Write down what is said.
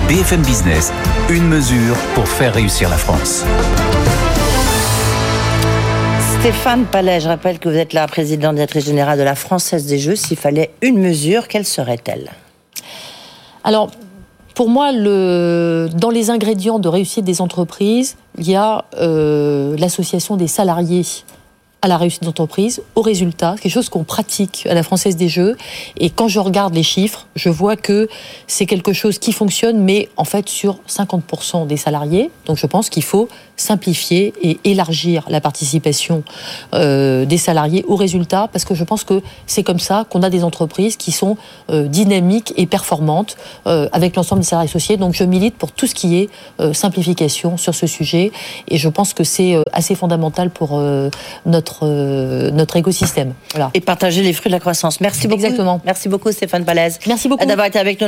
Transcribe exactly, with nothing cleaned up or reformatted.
B F M Business, une mesure pour faire réussir la France. Stéphane Palais, je rappelle que vous êtes la présidente directrice générale de la Française des Jeux. S'il fallait une mesure, quelle serait-elle ? Alors, pour moi, le, dans les ingrédients de réussite des entreprises, il y a euh, l'association des salariés à la réussite d'entreprise, au résultat, quelque chose qu'on pratique à la Française des Jeux. Et quand je regarde les chiffres, je vois que c'est quelque chose qui fonctionne, mais en fait sur cinquante pour cent des salariés. Donc je pense qu'il faut simplifier et élargir la participation euh, des salariés au résultat, parce que je pense que c'est comme ça qu'on a des entreprises qui sont euh, dynamiques et performantes euh, avec l'ensemble des salariés associés. Donc je milite pour tout ce qui est euh, simplification sur ce sujet, et je pense que c'est euh, assez fondamental pour euh, notre Notre, notre écosystème. Voilà. Et partager les fruits de la croissance. Merci beaucoup. Exactement. Merci beaucoup Stéphane Palais. Merci beaucoup d'avoir été avec nous.